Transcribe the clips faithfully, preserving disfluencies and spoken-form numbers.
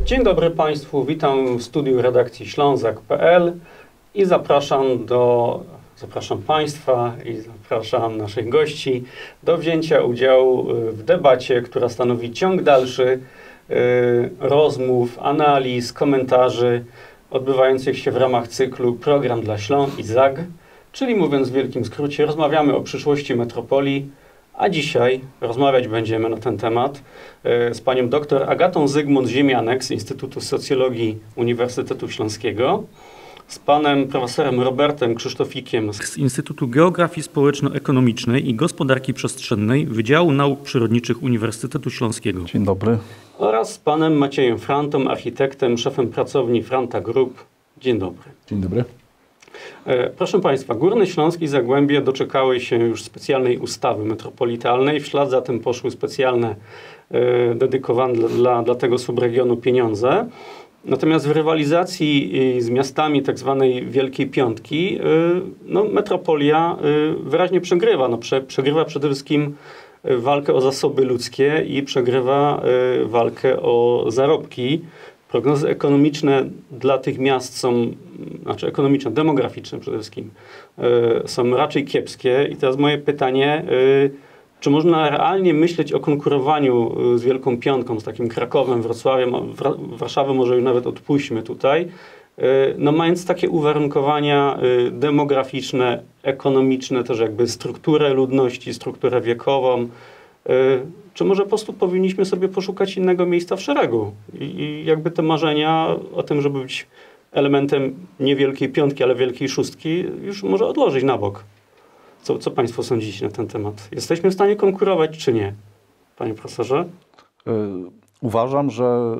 Dzień dobry Państwu, witam w studiu redakcji ślązak kropka p l i zapraszam do, zapraszam Państwa i zapraszam naszych gości do wzięcia udziału w debacie, która stanowi ciąg dalszy y, rozmów, analiz, komentarzy odbywających się w ramach cyklu Program dla Śląsk i Z A G, czyli mówiąc w wielkim skrócie, rozmawiamy o przyszłości metropolii, a dzisiaj rozmawiać będziemy na ten temat z panią dr Agatą Zygmunt-Ziemianek z Instytutu Socjologii Uniwersytetu Śląskiego, z panem profesorem Robertem Krzysztofikiem z Instytutu Geografii Społeczno-Ekonomicznej i Gospodarki Przestrzennej Wydziału Nauk Przyrodniczych Uniwersytetu Śląskiego. Dzień dobry. Oraz z panem Maciejem Frantą, architektem, szefem pracowni Franta Group. Dzień dobry. Dzień dobry. Proszę Państwa, Górny Śląsk i Zagłębie doczekały się już specjalnej ustawy metropolitalnej. W ślad za tym poszły specjalne e, dedykowane dla, dla, dla tego subregionu pieniądze. Natomiast w rywalizacji z miastami tak zwanej Wielkiej Piątki e, no, metropolia e, wyraźnie przegrywa. No, prze, przegrywa przede wszystkim walkę o zasoby ludzkie i przegrywa e, walkę o zarobki. Prognozy ekonomiczne dla tych miast są, znaczy ekonomiczne, demograficzne przede wszystkim, y, są raczej kiepskie. I teraz moje pytanie, y, czy można realnie myśleć o konkurowaniu z Wielką Piątką, z takim Krakowem, Wrocławiem, Warszawę może już nawet odpuśćmy tutaj, y, no mając takie uwarunkowania y, demograficzne, ekonomiczne, też jakby strukturę ludności, strukturę wiekową, czy może po prostu powinniśmy sobie poszukać innego miejsca w szeregu i, i jakby te marzenia o tym, żeby być elementem nie Wielkiej Piątki, ale Wielkiej Szóstki już może odłożyć na bok. Co, co Państwo sądzicie na ten temat? Jesteśmy w stanie konkurować czy nie? Panie profesorze? Yy, uważam, że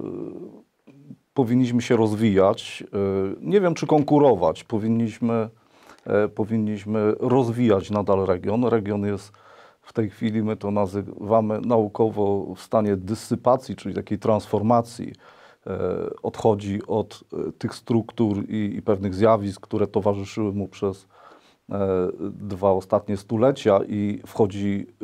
powinniśmy się rozwijać. Yy, nie wiem, czy konkurować. Powinniśmy, yy, powinniśmy rozwijać nadal region. Region jest w tej chwili, my to nazywamy naukowo w stanie dysypacji, czyli takiej transformacji. E, odchodzi od e, tych struktur i, i pewnych zjawisk, które towarzyszyły mu przez e, dwa ostatnie stulecia i wchodzi e,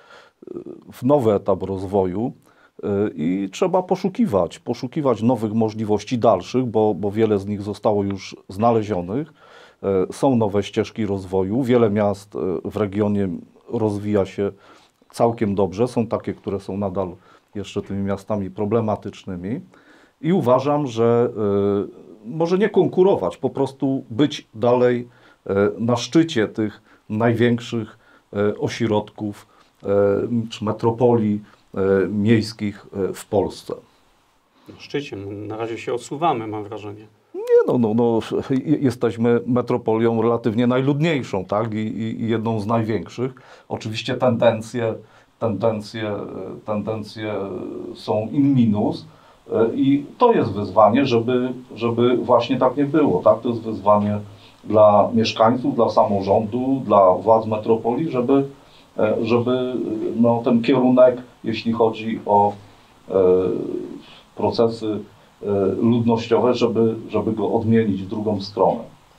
w nowy etap rozwoju. E, I trzeba poszukiwać, poszukiwać nowych możliwości dalszych, bo, bo wiele z nich zostało już znalezionych. E, są nowe ścieżki rozwoju. Wiele miast e, w regionie rozwija się całkiem dobrze. Są takie, które są nadal jeszcze tymi miastami problematycznymi. I uważam, że y, może nie konkurować, po prostu być dalej y, na szczycie tych największych y, ośrodków y, czy metropolii y, miejskich y, w Polsce. Na szczycie. Na razie się odsuwamy, mam wrażenie. Nie, no, no, no, jesteśmy metropolią relatywnie najludniejszą, tak? I, i, i jedną z największych. Oczywiście tendencje, tendencje, tendencje są in minus i to jest wyzwanie, żeby, żeby właśnie tak nie było, tak? To jest wyzwanie dla mieszkańców, dla samorządu, dla władz metropolii, żeby, żeby no, ten kierunek, jeśli chodzi o e, procesy ludnościowe, żeby, żeby go odmienić w drugą stronę.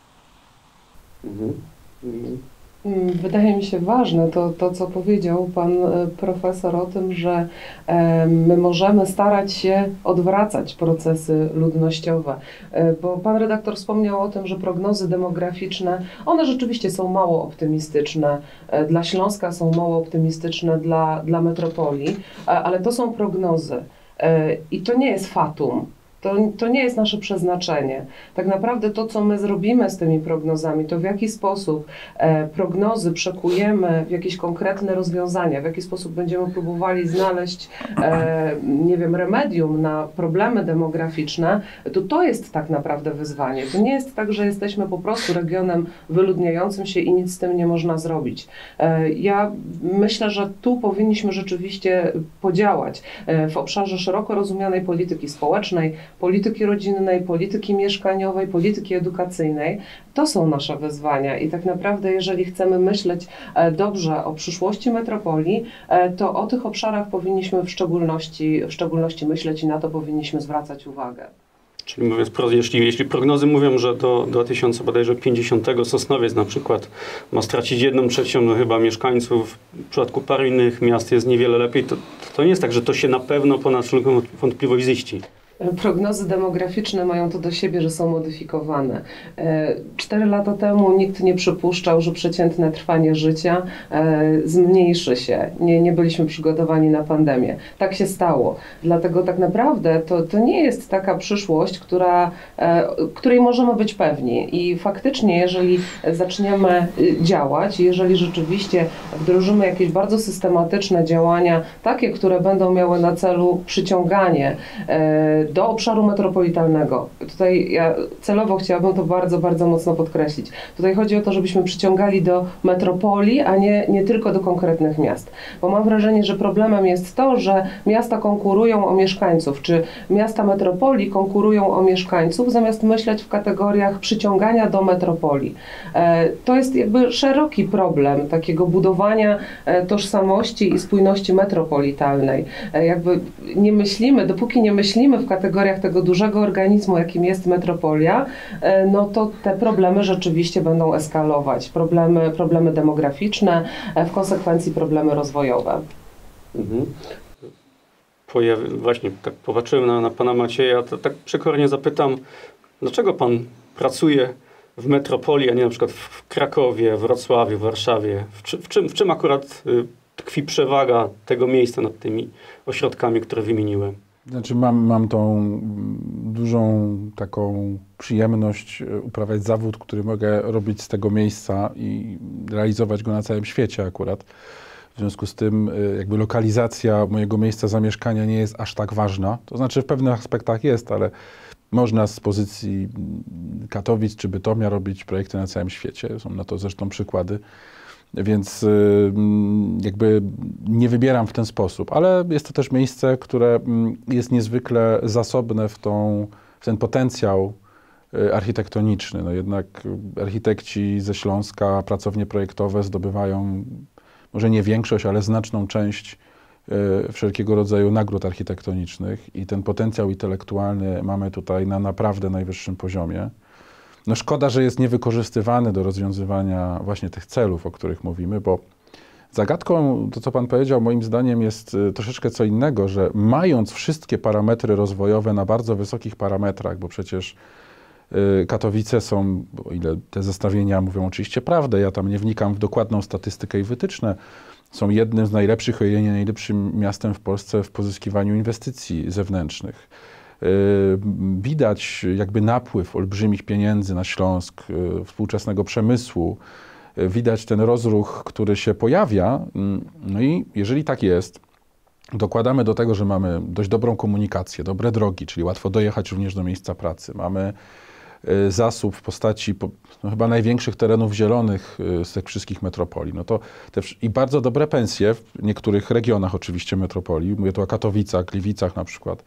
Mhm. Mhm. Wydaje mi się ważne to, to, co powiedział pan profesor o tym, że e, my możemy starać się odwracać procesy ludnościowe, e, bo pan redaktor wspomniał o tym, że prognozy demograficzne, one rzeczywiście są mało optymistyczne e, dla Śląska, są mało optymistyczne dla, dla metropolii, e, ale to są prognozy e, i to nie jest fatum. To, to nie jest nasze przeznaczenie. Tak naprawdę to, co my zrobimy z tymi prognozami, to w jaki sposób e, prognozy przekujemy w jakieś konkretne rozwiązania, w jaki sposób będziemy próbowali znaleźć, e, nie wiem, remedium na problemy demograficzne, to to jest tak naprawdę wyzwanie. To nie jest tak, że jesteśmy po prostu regionem wyludniającym się i nic z tym nie można zrobić. E, ja myślę, że tu powinniśmy rzeczywiście podziałać e, w obszarze szeroko rozumianej polityki społecznej, polityki rodzinnej, polityki mieszkaniowej, polityki edukacyjnej. To są nasze wyzwania i tak naprawdę jeżeli chcemy myśleć dobrze o przyszłości metropolii, to o tych obszarach powinniśmy w szczególności, w szczególności myśleć i na to powinniśmy zwracać uwagę. Czyli mówiąc, jeśli, jeśli prognozy mówią, że do dwa tysiące pięćdziesiątego Sosnowiec na przykład ma stracić jedną trzecią no chyba mieszkańców, w przypadku paru innych miast jest niewiele lepiej, to, to nie jest tak, że to się na pewno ponad wszelką wątpliwość ziści. Prognozy demograficzne mają to do siebie, że są modyfikowane. Cztery lata temu nikt nie przypuszczał, że przeciętne trwanie życia zmniejszy się. Nie, nie byliśmy przygotowani na pandemię. Tak się stało. Dlatego tak naprawdę to, to nie jest taka przyszłość, która, której możemy być pewni. I faktycznie, jeżeli zaczniemy działać, jeżeli rzeczywiście wdrożymy jakieś bardzo systematyczne działania, takie, które będą miały na celu przyciąganie do obszaru metropolitalnego. Tutaj ja celowo chciałabym to bardzo, bardzo mocno podkreślić. Tutaj chodzi o to, żebyśmy przyciągali do metropolii, a nie, nie tylko do konkretnych miast. Bo mam wrażenie, że problemem jest to, że miasta konkurują o mieszkańców, czy miasta metropolii konkurują o mieszkańców, zamiast myśleć w kategoriach przyciągania do metropolii. To jest jakby szeroki problem takiego budowania tożsamości i spójności metropolitalnej. Jakby nie myślimy, dopóki nie myślimy w kategoriach tego dużego organizmu, jakim jest metropolia, no to te problemy rzeczywiście będą eskalować. Problemy, problemy demograficzne, w konsekwencji problemy rozwojowe. Mhm. Pojawi, właśnie tak popatrzyłem na, na pana Macieja, to tak przekornie zapytam, dlaczego pan pracuje w metropolii, a nie na przykład w Krakowie, Wrocławiu, Warszawie? W, czy, w, czym, w czym akurat y, tkwi przewaga tego miejsca nad tymi ośrodkami, które wymieniłem? Znaczy mam, mam tą dużą taką przyjemność uprawiać zawód, który mogę robić z tego miejsca i realizować go na całym świecie akurat. W związku z tym jakby lokalizacja mojego miejsca zamieszkania nie jest aż tak ważna. To znaczy w pewnych aspektach jest, ale można z pozycji Katowic czy Bytomia robić projekty na całym świecie. Są na to zresztą przykłady. Więc jakby nie wybieram w ten sposób, ale jest to też miejsce, które jest niezwykle zasobne w, tą, w ten potencjał architektoniczny. No jednak architekci ze Śląska, pracownie projektowe zdobywają może nie większość, ale znaczną część wszelkiego rodzaju nagród architektonicznych i ten potencjał intelektualny mamy tutaj na naprawdę najwyższym poziomie. No szkoda, że jest niewykorzystywany do rozwiązywania właśnie tych celów, o których mówimy, bo zagadką, to co pan powiedział, moim zdaniem jest troszeczkę co innego, że mając wszystkie parametry rozwojowe na bardzo wysokich parametrach, bo przecież Katowice są, o ile te zestawienia mówią oczywiście prawdę, ja tam nie wnikam w dokładną statystykę i wytyczne, są jednym z najlepszych, o ile nie najlepszym miastem w Polsce w pozyskiwaniu inwestycji zewnętrznych. Widać jakby napływ olbrzymich pieniędzy na Śląsk, współczesnego przemysłu. Widać ten rozruch, który się pojawia. No i jeżeli tak jest, dokładamy do tego, że mamy dość dobrą komunikację, dobre drogi, czyli łatwo dojechać również do miejsca pracy. Mamy zasób w postaci no, chyba największych terenów zielonych z tych wszystkich metropolii. No to te, i bardzo dobre pensje w niektórych regionach oczywiście metropolii. Mówię tu o Katowicach, Gliwicach na przykład.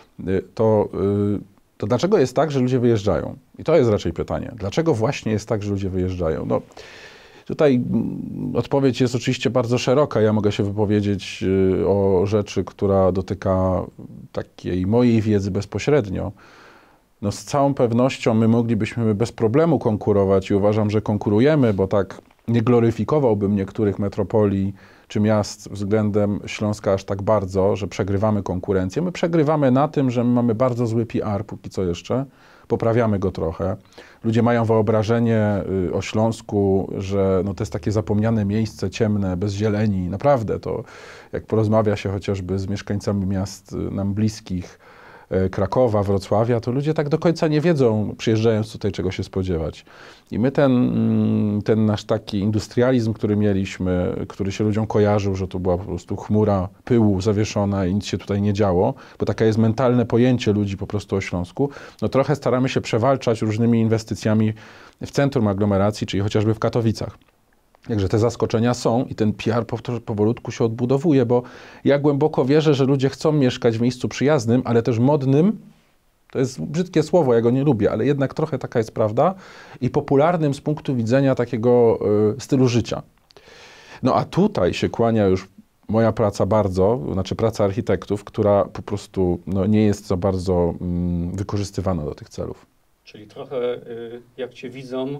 To, to dlaczego jest tak, że ludzie wyjeżdżają? I to jest raczej pytanie. Dlaczego właśnie jest tak, że ludzie wyjeżdżają? No, tutaj odpowiedź jest oczywiście bardzo szeroka. Ja mogę się wypowiedzieć o rzeczy, która dotyka takiej mojej wiedzy bezpośrednio. No, z całą pewnością my moglibyśmy bez problemu konkurować i uważam, że konkurujemy, bo tak nie gloryfikowałbym niektórych metropolii czy miast względem Śląska aż tak bardzo, że przegrywamy konkurencję. My przegrywamy na tym, że my mamy bardzo zły P R, póki co jeszcze. Poprawiamy go trochę. Ludzie mają wyobrażenie o Śląsku, że no to jest takie zapomniane miejsce, ciemne, bez zieleni. Naprawdę to, jak porozmawia się chociażby z mieszkańcami miast nam bliskich, Krakowa, Wrocławia, to ludzie tak do końca nie wiedzą, przyjeżdżając tutaj, czego się spodziewać. I my ten, ten nasz taki industrializm, który mieliśmy, który się ludziom kojarzył, że to była po prostu chmura pyłu zawieszona i nic się tutaj nie działo, bo takie jest mentalne pojęcie ludzi po prostu o Śląsku, no trochę staramy się przewalczać różnymi inwestycjami w centrum aglomeracji, czyli chociażby w Katowicach. Także te zaskoczenia są i ten P R powolutku się odbudowuje, bo ja głęboko wierzę, że ludzie chcą mieszkać w miejscu przyjaznym, ale też modnym, to jest brzydkie słowo, ja go nie lubię, ale jednak trochę taka jest prawda, i popularnym z punktu widzenia takiego y, stylu życia. No a tutaj się kłania już moja praca bardzo, znaczy praca architektów, która po prostu no, nie jest za bardzo mm, wykorzystywana do tych celów. Czyli trochę y, jak cię widzą,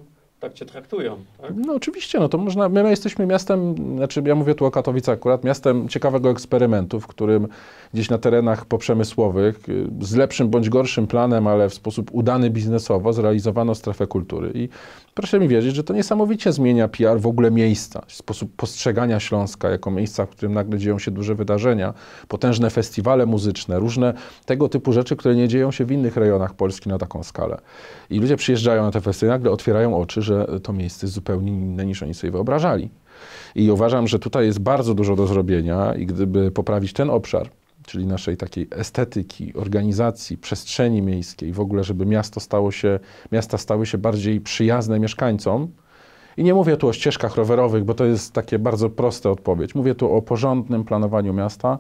tak cię traktują. Tak? No oczywiście, no to można, my jesteśmy miastem, znaczy ja mówię tu o Katowicach akurat, miastem ciekawego eksperymentu, w którym gdzieś na terenach poprzemysłowych z lepszym bądź gorszym planem, ale w sposób udany biznesowo zrealizowano strefę kultury. I proszę mi wierzyć, że to niesamowicie zmienia P R w ogóle miejsca, sposób postrzegania Śląska jako miejsca, w którym nagle dzieją się duże wydarzenia, potężne festiwale muzyczne, różne tego typu rzeczy, które nie dzieją się w innych rejonach Polski na taką skalę. I ludzie przyjeżdżają na te festiwaly, nagle otwierają oczy, że to miejsce jest zupełnie inne niż oni sobie wyobrażali. I uważam, że tutaj jest bardzo dużo do zrobienia i gdyby poprawić ten obszar, czyli naszej takiej estetyki, organizacji, przestrzeni miejskiej, w ogóle, żeby miasto stało się, miasta stały się bardziej przyjazne mieszkańcom. I nie mówię tu o ścieżkach rowerowych, bo to jest takie bardzo proste odpowiedź. Mówię tu o porządnym planowaniu miasta.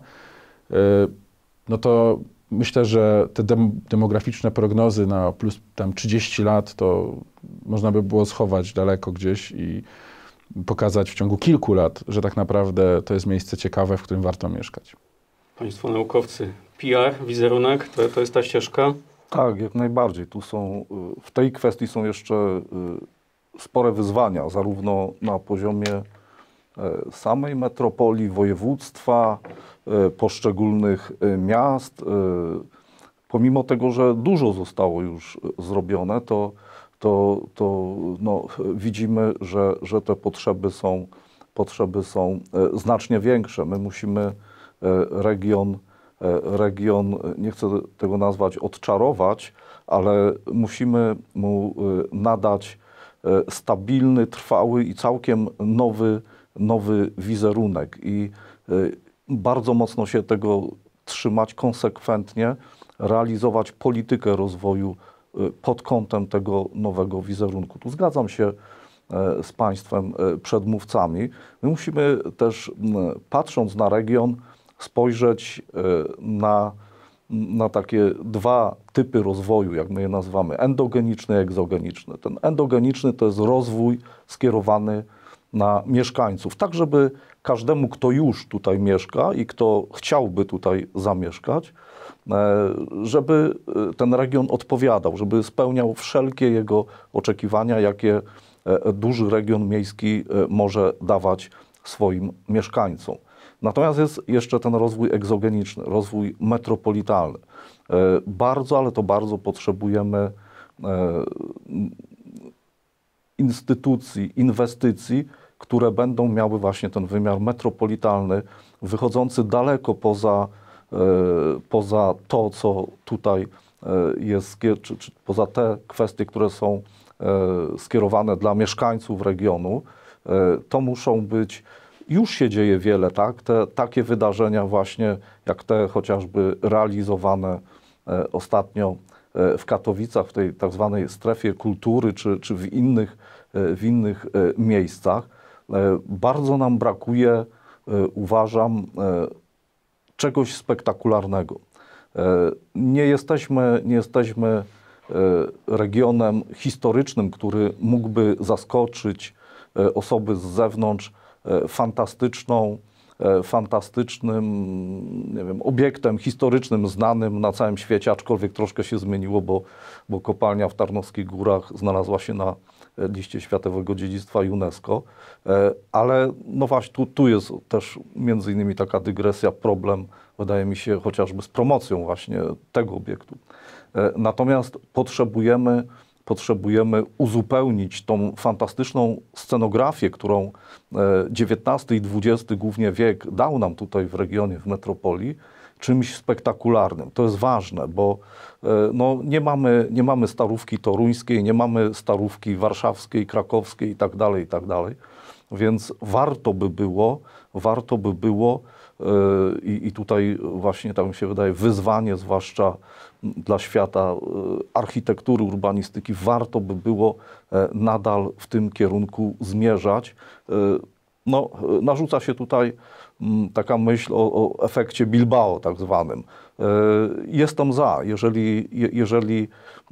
No to myślę, że te dem demograficzne prognozy na plus tam trzydzieści lat to można by było schować daleko gdzieś i pokazać w ciągu kilku lat, że tak naprawdę to jest miejsce ciekawe, w którym warto mieszkać. Państwo naukowcy, P R, wizerunek, to, to jest ta ścieżka? Tak, jak najbardziej. Tu są, w tej kwestii są jeszcze spore wyzwania, zarówno na poziomie samej metropolii, województwa, poszczególnych miast. Pomimo tego, że dużo zostało już zrobione, to, to, to no, widzimy, że, że te potrzeby są, potrzeby są znacznie większe. My musimy region, region, nie chcę tego nazwać odczarować, ale musimy mu nadać stabilny, trwały i całkiem nowy, nowy wizerunek i bardzo mocno się tego trzymać, konsekwentnie realizować politykę rozwoju pod kątem tego nowego wizerunku. Tu zgadzam się z Państwem przedmówcami. My musimy też, patrząc na region, spojrzeć na, na takie dwa typy rozwoju, jak my je nazywamy, endogeniczny i egzogeniczny. Ten endogeniczny to jest rozwój skierowany na mieszkańców, tak żeby każdemu, kto już tutaj mieszka i kto chciałby tutaj zamieszkać, żeby ten region odpowiadał, żeby spełniał wszelkie jego oczekiwania, jakie duży region miejski może dawać swoim mieszkańcom. Natomiast jest jeszcze ten rozwój egzogeniczny, rozwój metropolitalny. Bardzo, ale to bardzo potrzebujemy instytucji, inwestycji, które będą miały właśnie ten wymiar metropolitalny, wychodzący daleko poza, poza to, co tutaj jest, czy, czy poza te kwestie, które są skierowane dla mieszkańców regionu. To muszą być, już się dzieje wiele, tak? Te, takie wydarzenia właśnie, jak te chociażby realizowane ostatnio w Katowicach, w tej tak zwanej strefie kultury, czy, czy w innych, w innych miejscach. Bardzo nam brakuje, uważam, czegoś spektakularnego. Nie jesteśmy, nie jesteśmy regionem historycznym, który mógłby zaskoczyć osoby z zewnątrz fantastyczną, fantastycznym, nie wiem, obiektem historycznym znanym na całym świecie, aczkolwiek troszkę się zmieniło, bo, bo kopalnia w Tarnowskich Górach znalazła się na liście Światowego Dziedzictwa UNESCO. Ale no właśnie, tu, tu jest też między innymi taka dygresja, problem, wydaje mi się, chociażby z promocją właśnie tego obiektu. Natomiast potrzebujemy, potrzebujemy uzupełnić tą fantastyczną scenografię, którą dziewiętnasty i dwudziesty głównie wiek dał nam tutaj w regionie, w metropolii, czymś spektakularnym. To jest ważne, bo no, nie mamy, nie mamy Starówki Toruńskiej, nie mamy Starówki Warszawskiej, Krakowskiej i tak dalej, i tak dalej. Więc warto by było, warto by było i, i tutaj właśnie, tak mi się wydaje, wyzwanie, zwłaszcza dla świata architektury, urbanistyki, warto by było nadal w tym kierunku zmierzać. No, narzuca się tutaj taka myśl o, o efekcie Bilbao tak zwanym. Jestem za, jeżeli, jeżeli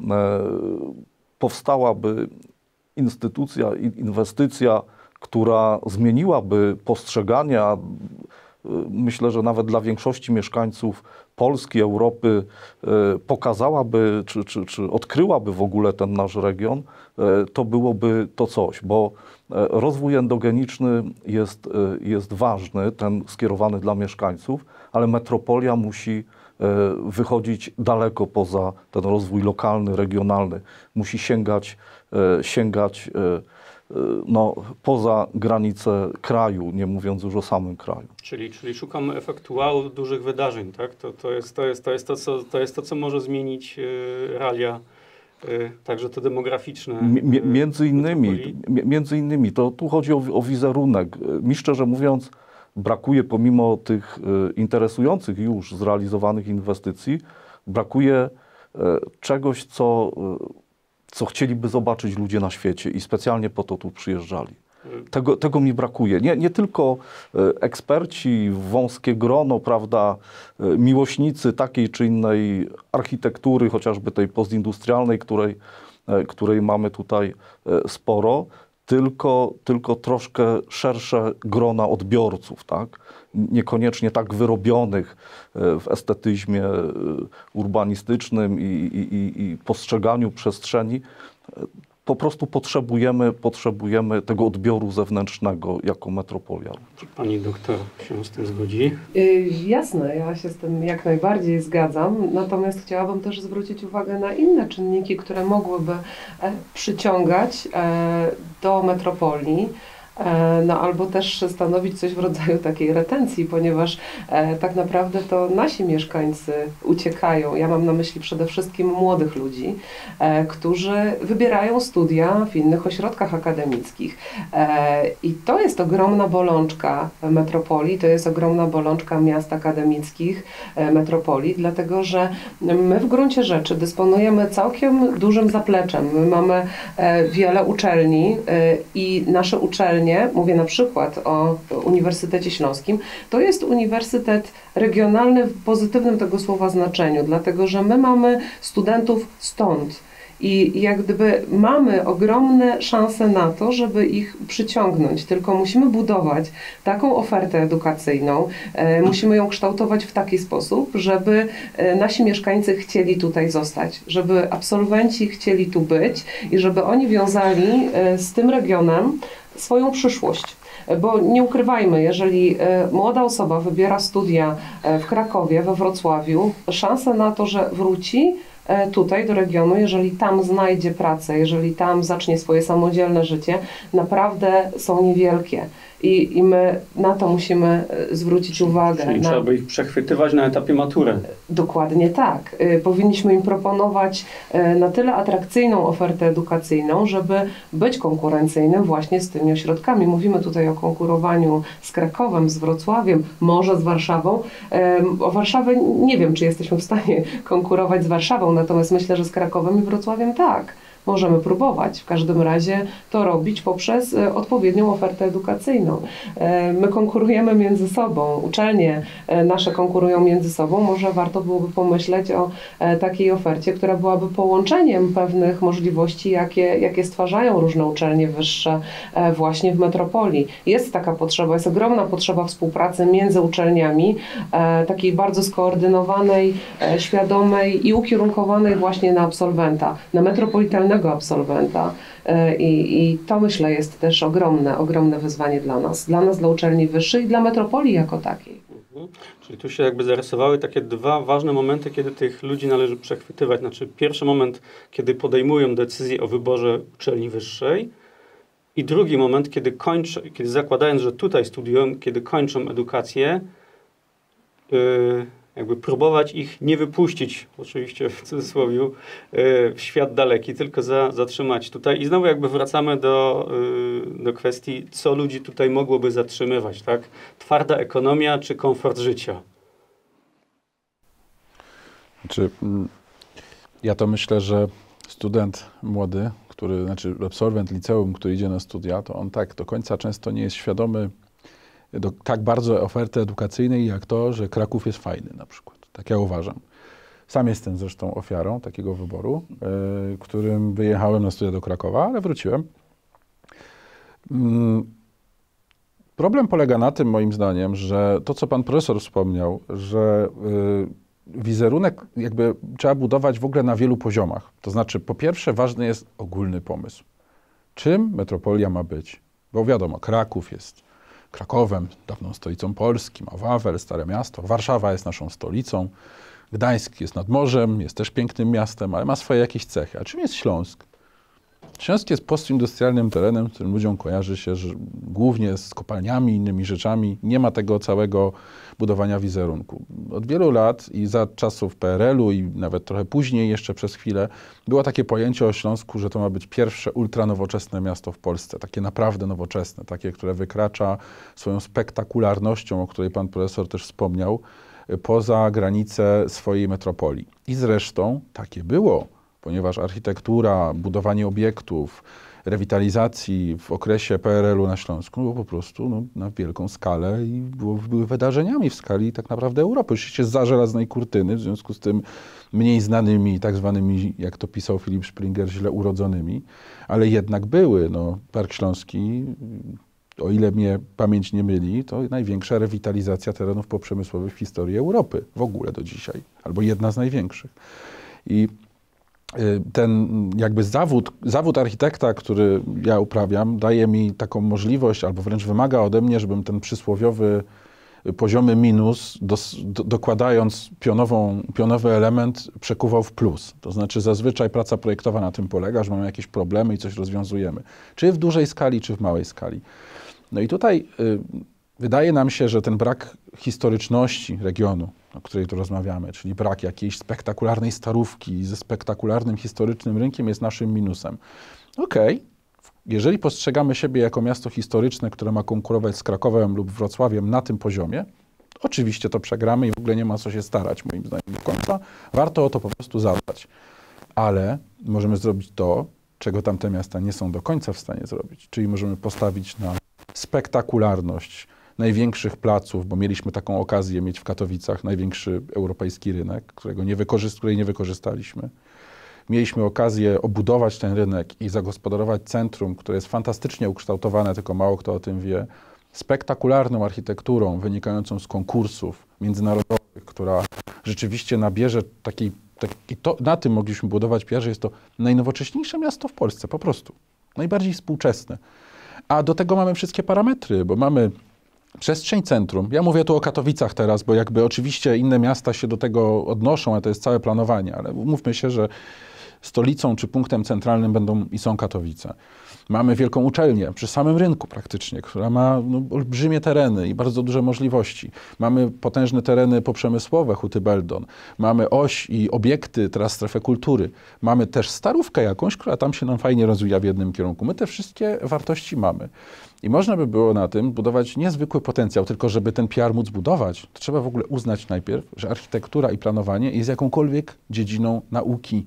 powstałaby instytucja, inwestycja, która zmieniłaby postrzegania myślę, że nawet dla większości mieszkańców Polski, Europy pokazałaby, czy, czy, czy odkryłaby w ogóle ten nasz region, to byłoby to coś, bo rozwój endogeniczny jest, jest ważny, ten skierowany dla mieszkańców, ale metropolia musi wychodzić daleko poza ten rozwój lokalny, regionalny. Musi sięgać, sięgać no, poza granice kraju, nie mówiąc już o samym kraju. Czyli, czyli szukamy efektu wow dużych wydarzeń, tak? To, to, jest, to, jest, to, jest to, co, to jest to, co może zmienić y, realia, y, także te demograficzne. Y, między innymi, między innymi, to tu chodzi o, o wizerunek. Mi szczerze mówiąc, brakuje pomimo tych y, interesujących już zrealizowanych inwestycji, brakuje y, czegoś, co, y, co chcieliby zobaczyć ludzie na świecie i specjalnie po to tu przyjeżdżali. Tego, tego mi brakuje. Nie, nie tylko y, eksperci, wąskie grono, prawda, y, miłośnicy takiej czy innej architektury, chociażby tej postindustrialnej, której, y, której mamy tutaj y, sporo, Tylko, tylko troszkę szersze grona odbiorców, tak? Niekoniecznie tak wyrobionych w estetyzmie urbanistycznym i, i, i postrzeganiu przestrzeni. Po prostu potrzebujemy, potrzebujemy tego odbioru zewnętrznego jako metropolia. Czy pani doktor się z tym zgodzi? Yy, jasne, ja się z tym jak najbardziej zgadzam, natomiast chciałabym też zwrócić uwagę na inne czynniki, które mogłyby e, przyciągać e, do metropolii. No, albo też stanowić coś w rodzaju takiej retencji, ponieważ e, tak naprawdę to nasi mieszkańcy uciekają. Ja mam na myśli przede wszystkim młodych ludzi, e, którzy wybierają studia w innych ośrodkach akademickich. E, I to jest ogromna bolączka metropolii, to jest ogromna bolączka miast akademickich, e, metropolii, dlatego że my w gruncie rzeczy dysponujemy całkiem dużym zapleczem. My mamy e, wiele uczelni e, i nasze uczelnie, mówię na przykład o Uniwersytecie Śląskim, to jest uniwersytet regionalny w pozytywnym tego słowa znaczeniu, dlatego że my mamy studentów stąd. I jak gdyby mamy ogromne szanse na to, żeby ich przyciągnąć, tylko musimy budować taką ofertę edukacyjną, e, musimy ją kształtować w taki sposób, żeby e, nasi mieszkańcy chcieli tutaj zostać, żeby absolwenci chcieli tu być i żeby oni wiązali e, z tym regionem swoją przyszłość. Bo nie ukrywajmy, jeżeli młoda osoba wybiera studia w Krakowie, we Wrocławiu, szanse na to, że wróci tutaj do regionu, jeżeli tam znajdzie pracę, jeżeli tam zacznie swoje samodzielne życie, naprawdę są niewielkie. I, I my na to musimy zwrócić uwagę. Czyli na... trzeba by ich przechwytywać na etapie matury. Dokładnie tak. Powinniśmy im proponować na tyle atrakcyjną ofertę edukacyjną, żeby być konkurencyjnym właśnie z tymi ośrodkami. Mówimy tutaj o konkurowaniu z Krakowem, z Wrocławiem, może z Warszawą. O Warszawę nie wiem, czy jesteśmy w stanie konkurować z Warszawą, natomiast myślę, że z Krakowem i Wrocławiem tak. Możemy próbować. W każdym razie to robić poprzez odpowiednią ofertę edukacyjną. My konkurujemy między sobą, uczelnie nasze konkurują między sobą. Może warto byłoby pomyśleć o takiej ofercie, która byłaby połączeniem pewnych możliwości, jakie, jakie stwarzają różne uczelnie wyższe właśnie w metropolii. Jest taka potrzeba, jest ogromna potrzeba współpracy między uczelniami, takiej bardzo skoordynowanej, świadomej i ukierunkowanej właśnie na absolwenta, na metropolitalnego absolwenta. I, I to myślę jest też ogromne, ogromne wyzwanie dla nas. Dla nas, dla uczelni wyższej i dla metropolii jako takiej. Mhm. Czyli tu się jakby zarysowały takie dwa ważne momenty, kiedy tych ludzi należy przechwytywać. Znaczy pierwszy moment, kiedy podejmują decyzję o wyborze uczelni wyższej i drugi moment, kiedy kończą, kiedy zakładając, że tutaj studiują, kiedy kończą edukację, yy, jakby próbować ich nie wypuścić, oczywiście w cudzysłowie, w świat daleki, tylko za, zatrzymać tutaj. I znowu jakby wracamy do, do kwestii, co ludzi tutaj mogłoby zatrzymywać, tak? Twarda ekonomia czy komfort życia? Znaczy, ja to myślę, że student młody, który, znaczy absolwent liceum, który idzie na studia, to on tak do końca często nie jest świadomy do tak bardzo oferty edukacyjnej, jak to, że Kraków jest fajny na przykład. Tak ja uważam. Sam jestem zresztą ofiarą takiego wyboru, yy, którym wyjechałem na studia do Krakowa, ale wróciłem. Yy, Problem polega na tym, moim zdaniem, że to, co pan profesor wspomniał, że y, wizerunek jakby trzeba budować w ogóle na wielu poziomach. To znaczy, po pierwsze, ważny jest ogólny pomysł. Czym metropolia ma być? Bo wiadomo, Kraków jest Krakowem, dawną stolicą Polski, ma Wawel, Stare Miasto, Warszawa jest naszą stolicą, Gdańsk jest nad morzem, jest też pięknym miastem, ale ma swoje jakieś cechy. A czym jest Śląsk? Śląsk jest postindustrialnym terenem, którym ludziom kojarzy się że głównie z kopalniami, innymi rzeczami. Nie ma tego całego budowania wizerunku. Od wielu lat i za czasów P R L u i nawet trochę później, jeszcze przez chwilę, było takie pojęcie o Śląsku, że to ma być pierwsze ultranowoczesne miasto w Polsce. Takie naprawdę nowoczesne, takie, które wykracza swoją spektakularnością, o której pan profesor też wspomniał, poza granice swojej metropolii. I zresztą takie było, ponieważ architektura, budowanie obiektów, rewitalizacji w okresie P R L u na Śląsku było po prostu no, na wielką skalę i było, były wydarzeniami w skali tak naprawdę Europy. Oczywiście zza żelaznej kurtyny, w związku z tym mniej znanymi, tak zwanymi, jak to pisał Filip Springer, źle urodzonymi, ale jednak były. No, Park Śląski, o ile mnie pamięć nie myli, to największa rewitalizacja terenów poprzemysłowych w historii Europy w ogóle do dzisiaj, albo jedna z największych. I ten jakby zawód, zawód architekta, który ja uprawiam, daje mi taką możliwość, albo wręcz wymaga ode mnie, żebym ten przysłowiowy poziomy minus, dos, do, dokładając pionową, pionowy element, przekuwał w plus. To znaczy zazwyczaj praca projektowa na tym polega, że mamy jakieś problemy i coś rozwiązujemy. Czy w dużej skali, czy w małej skali. No i tutaj y, wydaje nam się, że ten brak historyczności regionu, o której tu rozmawiamy, czyli brak jakiejś spektakularnej starówki ze spektakularnym historycznym rynkiem jest naszym minusem. Okej, okay. Jeżeli postrzegamy siebie jako miasto historyczne, które ma konkurować z Krakowem lub Wrocławiem na tym poziomie, oczywiście to przegramy i w ogóle nie ma co się starać, moim zdaniem, do końca. Warto o to po prostu zadbać. Ale możemy zrobić to, czego tamte miasta nie są do końca w stanie zrobić. Czyli możemy postawić na spektakularność największych placów, bo mieliśmy taką okazję mieć w Katowicach największy europejski rynek, którego nie wykorzyst- której nie wykorzystaliśmy. Mieliśmy okazję obudować ten rynek i zagospodarować centrum, które jest fantastycznie ukształtowane, tylko mało kto o tym wie, spektakularną architekturą wynikającą z konkursów międzynarodowych, która rzeczywiście nabierze takiej, taki, to, na tym mogliśmy budować P R, że jest to najnowocześniejsze miasto w Polsce, po prostu. Najbardziej współczesne. A do tego mamy wszystkie parametry, bo mamy przestrzeń centrum. Ja mówię tu o Katowicach teraz, bo jakby oczywiście inne miasta się do tego odnoszą, a to jest całe planowanie, ale umówmy się, że stolicą czy punktem centralnym będą i są Katowice. Mamy wielką uczelnię przy samym rynku praktycznie, która ma no, olbrzymie tereny i bardzo duże możliwości. Mamy potężne tereny poprzemysłowe, Huty Beldon. Mamy oś i obiekty, teraz strefę kultury. Mamy też starówkę jakąś, która tam się nam fajnie rozwija w jednym kierunku. My te wszystkie wartości mamy. I można by było na tym budować niezwykły potencjał, tylko żeby ten P R móc budować, to trzeba w ogóle uznać najpierw, że architektura i planowanie jest jakąkolwiek dziedziną nauki.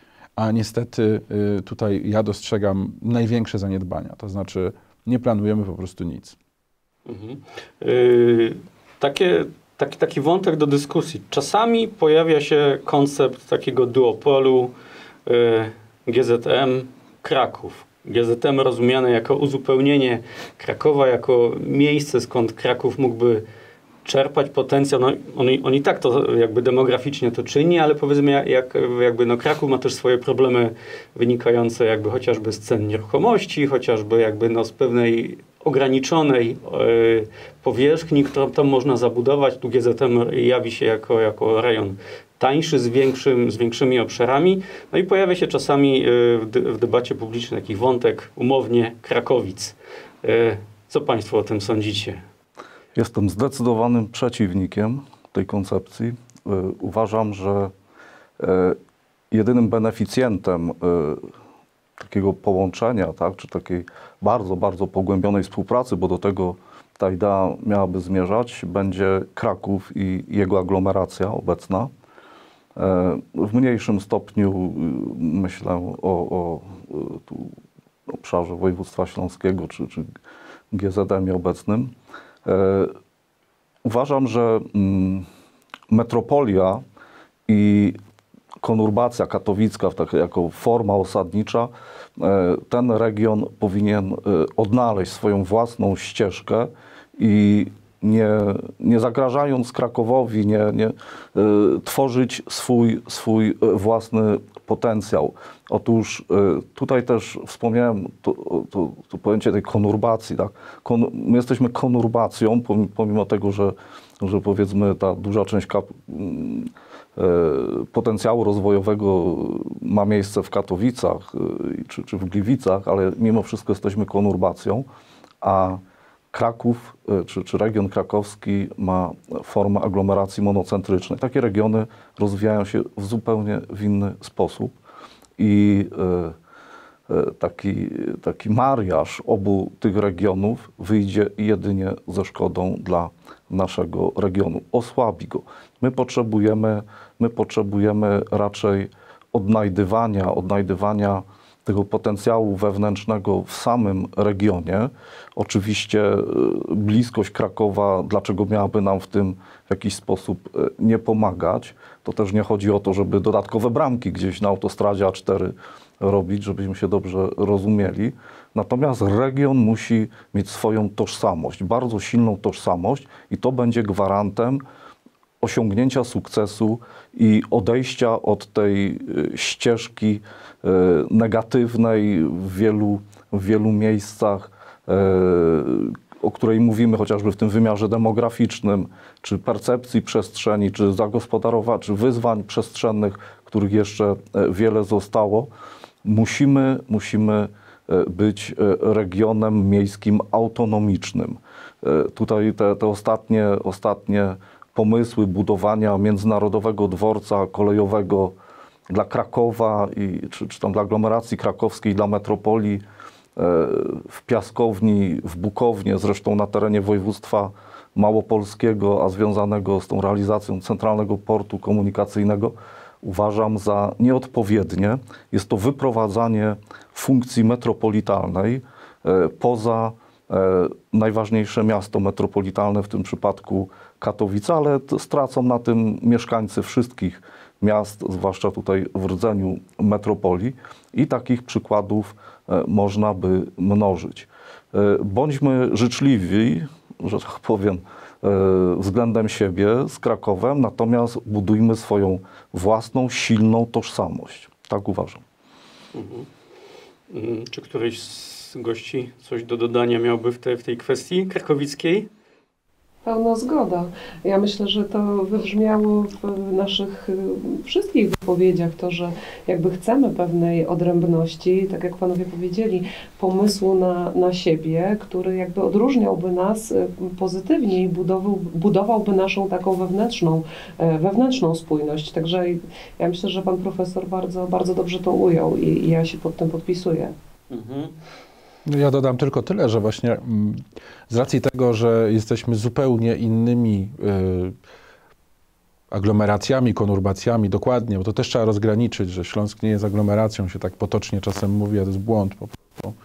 A niestety y, tutaj ja dostrzegam największe zaniedbania, to znaczy nie planujemy po prostu nic. Mhm. Yy, takie, taki, taki wątek do dyskusji. Czasami pojawia się koncept takiego duopolu yy, G Z M Kraków. G Z M rozumiane jako uzupełnienie Krakowa, jako miejsce, skąd Kraków mógłby czerpać potencjał. No, on, on i tak to jakby demograficznie to czyni, ale powiedzmy jak, jakby no Kraków ma też swoje problemy wynikające jakby chociażby z cen nieruchomości, chociażby jakby no z pewnej ograniczonej yy, powierzchni, którą tam można zabudować. Tu G Z M jawi się jako, jako rejon tańszy, z, większym, z większymi obszarami. No i pojawia się czasami yy, w, dy, w debacie publicznej taki wątek umownie Krakowic. Yy, co Państwo o tym sądzicie? Jestem zdecydowanym przeciwnikiem tej koncepcji. Uważam, że jedynym beneficjentem takiego połączenia, tak, czy takiej bardzo, bardzo pogłębionej współpracy, bo do tego ta idea miałaby zmierzać, będzie Kraków i jego aglomeracja obecna. W mniejszym stopniu myślę o, o tu, obszarze województwa śląskiego czy, czy G Z M-ie obecnym. Uważam, że metropolia i konurbacja katowicka tak, jako forma osadnicza, ten region powinien odnaleźć swoją własną ścieżkę i nie, nie zagrażając Krakowowi, nie, nie, y, tworzyć swój, swój własny potencjał. Otóż y, tutaj też wspomniałem to, to, to pojęcie tej konurbacji. Tak? Kon, my jesteśmy konurbacją, pomimo, pomimo tego, że, że powiedzmy ta duża część kap, y, potencjału rozwojowego ma miejsce w Katowicach y, czy, czy w Gliwicach, ale mimo wszystko jesteśmy konurbacją, a Kraków czy, czy region krakowski ma formę aglomeracji monocentrycznej. Takie regiony rozwijają się w zupełnie w inny sposób i y, y, taki, taki mariaż obu tych regionów wyjdzie jedynie ze szkodą dla naszego regionu. Osłabi go. My potrzebujemy, my potrzebujemy raczej odnajdywania, odnajdywania tego potencjału wewnętrznego w samym regionie. Oczywiście bliskość Krakowa, dlaczego miałaby nam w tym w jakiś sposób nie pomagać? To też nie chodzi o to, żeby dodatkowe bramki gdzieś na autostradzie A cztery robić, żebyśmy się dobrze rozumieli. Natomiast region musi mieć swoją tożsamość, bardzo silną tożsamość i to będzie gwarantem osiągnięcia sukcesu i odejścia od tej ścieżki negatywnej w wielu, w wielu miejscach, o której mówimy chociażby w tym wymiarze demograficznym, czy percepcji przestrzeni, czy zagospodarowania, czy wyzwań przestrzennych, których jeszcze wiele zostało. Musimy, musimy być regionem miejskim autonomicznym. Tutaj te, te ostatnie, ostatnie pomysły budowania międzynarodowego dworca kolejowego dla Krakowa i, czy, czy tam dla aglomeracji krakowskiej, dla metropolii w Piaskowni, w Bukownie, zresztą na terenie województwa małopolskiego, a związanego z tą realizacją centralnego portu komunikacyjnego, uważam za nieodpowiednie. Jest to wyprowadzanie funkcji metropolitalnej poza najważniejsze miasto metropolitalne, w tym przypadku Katowice, ale stracą na tym mieszkańcy wszystkich miast, zwłaszcza tutaj w rdzeniu metropolii i takich przykładów można by mnożyć. Bądźmy życzliwi, że tak powiem, względem siebie z Krakowem, natomiast budujmy swoją własną, silną tożsamość. Tak uważam. Mhm. Czy któryś z gości coś do dodania miałby w, te, w tej kwestii krakowickiej? Pełna zgoda. Ja myślę, że to wybrzmiało w naszych wszystkich wypowiedziach, to, że jakby chcemy pewnej odrębności, tak jak panowie powiedzieli, pomysłu na, na siebie, który jakby odróżniałby nas pozytywnie i budował, budowałby naszą taką wewnętrzną, wewnętrzną spójność. Także ja myślę, że pan profesor bardzo, bardzo dobrze to ujął i, i ja się pod tym podpisuję. Mhm. Ja dodam tylko tyle, że właśnie z racji tego, że jesteśmy zupełnie innymi y, aglomeracjami, konurbacjami, dokładnie, bo to też trzeba rozgraniczyć, że Śląsk nie jest aglomeracją, się tak potocznie czasem mówi, a to jest błąd po prostu.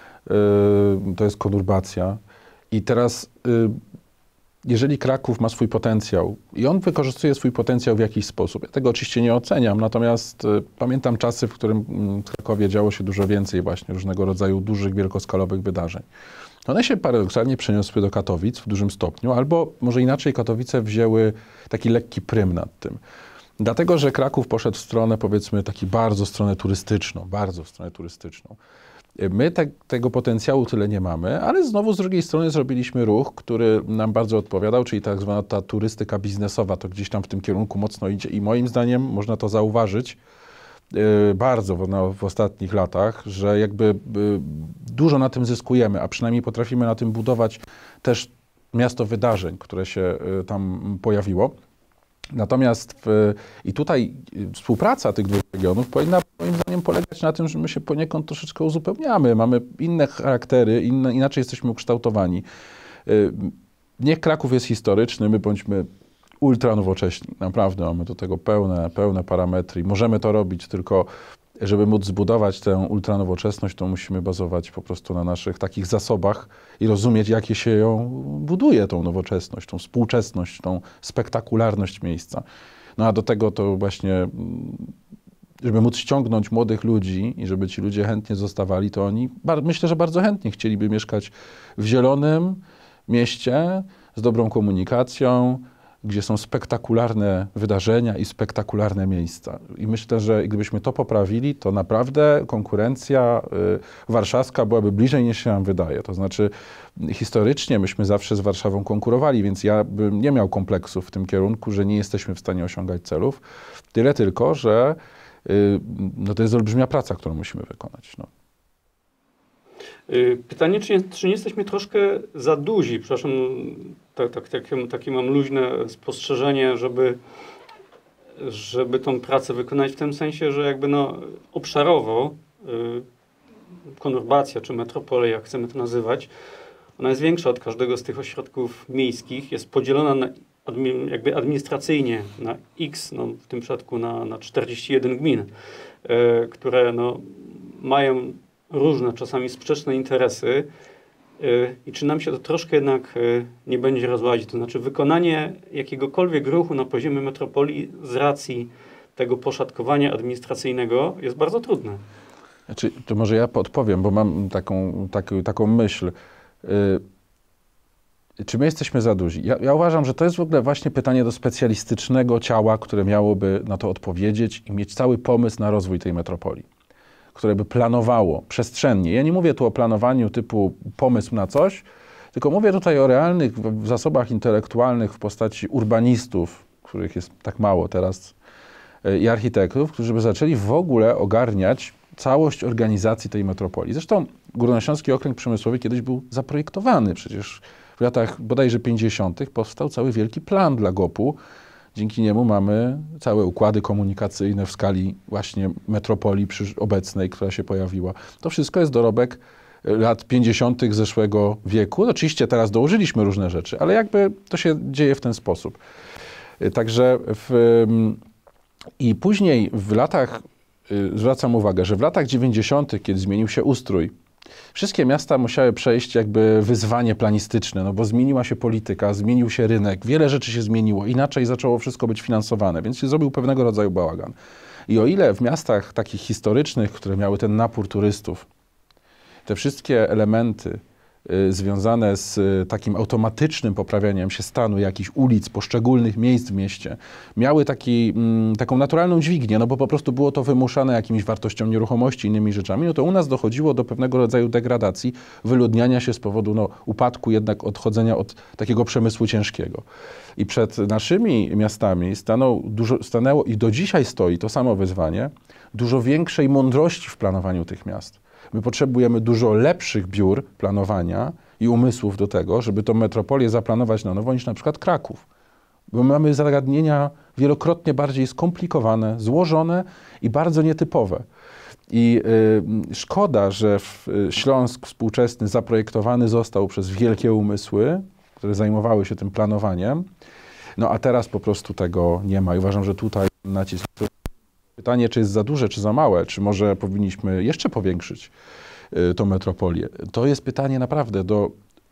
Y, to jest konurbacja. I teraz, y, jeżeli Kraków ma swój potencjał i on wykorzystuje swój potencjał w jakiś sposób, ja tego oczywiście nie oceniam, natomiast y, pamiętam czasy, w którym w Krakowie działo się dużo więcej właśnie różnego rodzaju dużych, wielkoskalowych wydarzeń. One się paradoksalnie przeniosły do Katowic w dużym stopniu, albo może inaczej Katowice wzięły taki lekki prym nad tym. Dlatego, że Kraków poszedł w stronę, powiedzmy, taki bardzo stronę turystyczną, bardzo w stronę turystyczną. My te, tego potencjału tyle nie mamy, ale znowu z drugiej strony zrobiliśmy ruch, który nam bardzo odpowiadał, czyli tak zwana ta turystyka biznesowa, to gdzieś tam w tym kierunku mocno idzie i moim zdaniem można to zauważyć yy, bardzo w, no, w ostatnich latach, że jakby yy, dużo na tym zyskujemy, a przynajmniej potrafimy na tym budować też miasto wydarzeń, które się yy, tam pojawiło. Natomiast w, i tutaj współpraca tych dwóch regionów powinna moim zdaniem polegać na tym, że my się poniekąd troszeczkę uzupełniamy. Mamy inne charaktery, inne, inaczej jesteśmy ukształtowani. Niech Kraków jest historyczny, my bądźmy ultra nowocześni. Naprawdę mamy do tego pełne, pełne parametry i możemy to robić, tylko żeby móc zbudować tę ultranowoczesność, to musimy bazować po prostu na naszych takich zasobach i rozumieć, jakie się ją buduje, tą nowoczesność, tą współczesność, tą spektakularność miejsca. No a do tego to właśnie, żeby móc ściągnąć młodych ludzi i żeby ci ludzie chętnie zostawali, to oni, myślę, że bardzo chętnie chcieliby mieszkać w zielonym, mieście z dobrą komunikacją, gdzie są spektakularne wydarzenia i spektakularne miejsca. I myślę, że gdybyśmy to poprawili, to naprawdę konkurencja y, warszawska byłaby bliżej niż się nam wydaje. To znaczy historycznie myśmy zawsze z Warszawą konkurowali, więc ja bym nie miał kompleksów w tym kierunku, że nie jesteśmy w stanie osiągać celów. Tyle tylko, że y, no to jest olbrzymia praca, którą musimy wykonać. No. Pytanie, czy nie, czy nie jesteśmy troszkę za duzi? Przepraszam, tak, tak, takie, takie mam luźne spostrzeżenie, żeby, żeby tą pracę wykonać w tym sensie, że jakby no obszarowo y, konurbacja czy metropolia, jak chcemy to nazywać, ona jest większa od każdego z tych ośrodków miejskich, jest podzielona na, admi, jakby administracyjnie na X, no w tym przypadku na, na czterdzieści jeden gmin, y, które no, mają różne, czasami sprzeczne interesy yy, i czy nam się to troszkę jednak yy, nie będzie rozłazić. To znaczy wykonanie jakiegokolwiek ruchu na poziomie metropolii z racji tego poszatkowania administracyjnego jest bardzo trudne. Znaczy, to może ja podpowiem, bo mam taką, tak, taką myśl. Yy, czy my jesteśmy za duzi? Ja, ja uważam, że to jest w ogóle właśnie pytanie do specjalistycznego ciała, które miałoby na to odpowiedzieć i mieć cały pomysł na rozwój tej metropolii, które by planowało przestrzennie. Ja nie mówię tu o planowaniu typu pomysł na coś, tylko mówię tutaj o realnych zasobach intelektualnych w postaci urbanistów, których jest tak mało teraz, i architektów, którzy by zaczęli w ogóle ogarniać całość organizacji tej metropolii. Zresztą Górnośląski Okręg Przemysłowy kiedyś był zaprojektowany. Przecież w latach bodajże pięćdziesiątych powstał cały wielki plan dla gopu. Dzięki niemu mamy całe układy komunikacyjne w skali właśnie metropolii obecnej, która się pojawiła. To wszystko jest dorobek lat pięćdziesiątych zeszłego wieku. Oczywiście teraz dołożyliśmy różne rzeczy, ale jakby to się dzieje w ten sposób. Także w, i później w latach, zwracam uwagę, że w latach dziewięćdziesiątych, kiedy zmienił się ustrój, wszystkie miasta musiały przejść jakby wyzwanie planistyczne, no bo zmieniła się polityka, zmienił się rynek, wiele rzeczy się zmieniło, inaczej zaczęło wszystko być finansowane, więc się zrobił pewnego rodzaju bałagan. I o ile w miastach takich historycznych, które miały ten napór turystów, te wszystkie elementy y, związane z y, takim automatycznym poprawianiem się stanu jakichś ulic, poszczególnych miejsc w mieście, miały taki, mm, taką naturalną dźwignię, no bo po prostu było to wymuszane jakimiś wartością nieruchomości, innymi rzeczami, no to u nas dochodziło do pewnego rodzaju degradacji, wyludniania się z powodu no, upadku, jednak odchodzenia od takiego przemysłu ciężkiego. I przed naszymi miastami stanął dużo, stanęło i do dzisiaj stoi to samo wyzwanie, dużo większej mądrości w planowaniu tych miast. My potrzebujemy dużo lepszych biur planowania i umysłów do tego, żeby tą metropolię zaplanować na nowo niż na przykład Kraków. Bo mamy zagadnienia wielokrotnie bardziej skomplikowane, złożone i bardzo nietypowe. I y, szkoda, że w, y, Śląsk współczesny zaprojektowany został przez wielkie umysły, które zajmowały się tym planowaniem, no a teraz po prostu tego nie ma. I uważam, że tutaj nacisk... Pytanie, czy jest za duże, czy za małe, czy może powinniśmy jeszcze powiększyć y, tą metropolię. To jest pytanie naprawdę do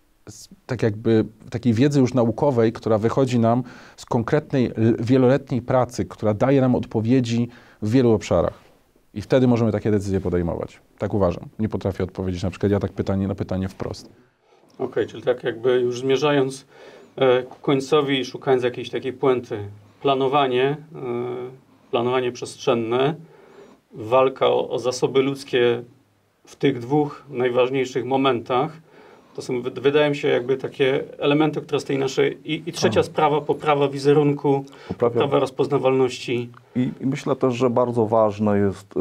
tak jakby takiej wiedzy już naukowej, która wychodzi nam z konkretnej, wieloletniej pracy, która daje nam odpowiedzi w wielu obszarach. I wtedy możemy takie decyzje podejmować. Tak uważam. Nie potrafię odpowiedzieć na przykład ja tak pytanie na pytanie wprost. Okej, okay, czyli tak jakby już zmierzając e, ku końcowi i szukając jakiejś takiej puenty. Planowanie, e, planowanie przestrzenne, walka o, o zasoby ludzkie w tych dwóch najważniejszych momentach. To są, wydaje mi się, jakby takie elementy, które z tej naszej... I, i trzecia Aha. sprawa, poprawa wizerunku, Poprawia. poprawa rozpoznawalności. I, I myślę też, że bardzo ważne jest,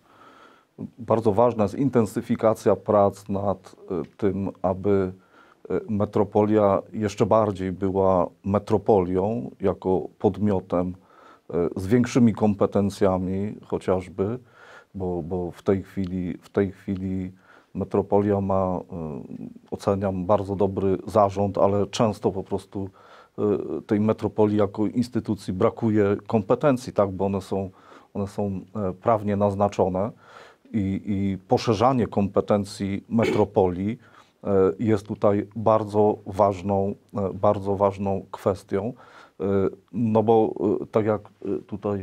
y, bardzo ważna jest intensyfikacja prac nad y, tym, aby y, metropolia jeszcze bardziej była metropolią, jako podmiotem y, z większymi kompetencjami chociażby, bo, bo w tej chwili, w tej chwili metropolia ma, y, oceniam, bardzo dobry zarząd, ale często po prostu y, tej metropolii jako instytucji brakuje kompetencji, tak, bo one są, one są y, prawnie naznaczone i, i poszerzanie kompetencji metropolii y, jest tutaj bardzo ważną, y, bardzo ważną kwestią, y, no bo y, tak jak y, tutaj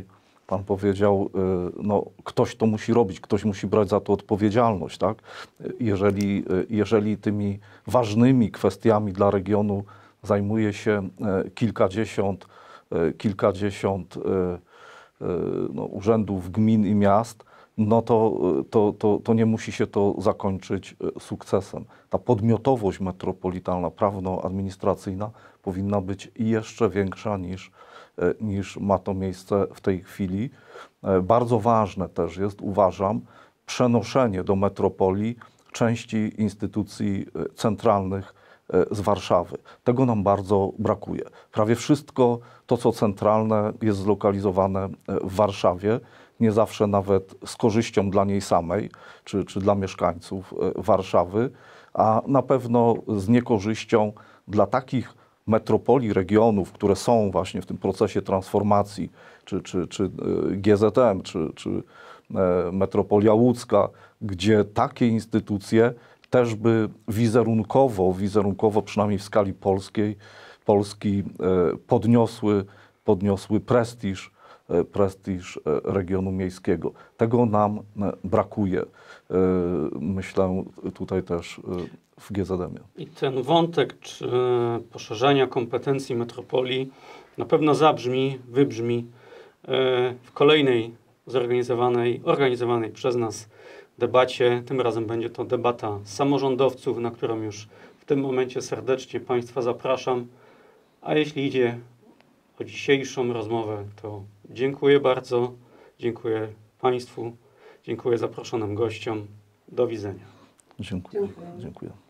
Pan powiedział, no ktoś to musi robić, ktoś musi brać za to odpowiedzialność, tak? Jeżeli, jeżeli tymi ważnymi kwestiami dla regionu zajmuje się kilkadziesiąt, kilkadziesiąt no, urzędów gmin i miast, no to, to, to, to nie musi się to zakończyć sukcesem. Ta podmiotowość metropolitalna, prawno-administracyjna powinna być jeszcze większa niż, niż ma to miejsce w tej chwili. Bardzo ważne też jest, uważam, przenoszenie do metropolii części instytucji centralnych z Warszawy. Tego nam bardzo brakuje. Prawie wszystko to, co centralne, jest zlokalizowane w Warszawie, nie zawsze nawet z korzyścią dla niej samej, czy, czy dla mieszkańców Warszawy, a na pewno z niekorzyścią dla takich metropolii, regionów, które są właśnie w tym procesie transformacji, czy, czy, czy G Z M, czy, czy metropolia łódzka, gdzie takie instytucje też by wizerunkowo, wizerunkowo przynajmniej w skali polskiej, Polski podniosły, podniosły prestiż, prestiż regionu miejskiego. Tego nam brakuje, myślę, tutaj też w G Z M-ie. I ten wątek czy poszerzania kompetencji metropolii na pewno zabrzmi, wybrzmi w kolejnej zorganizowanej, organizowanej przez nas debacie. Tym razem będzie to debata samorządowców, na którą już w tym momencie serdecznie Państwa zapraszam. A jeśli idzie o dzisiejszą rozmowę, to dziękuję bardzo. Dziękuję Państwu. Dziękuję zaproszonym gościom. Do widzenia. Dziękuję. Dziękuję. Dziękuję.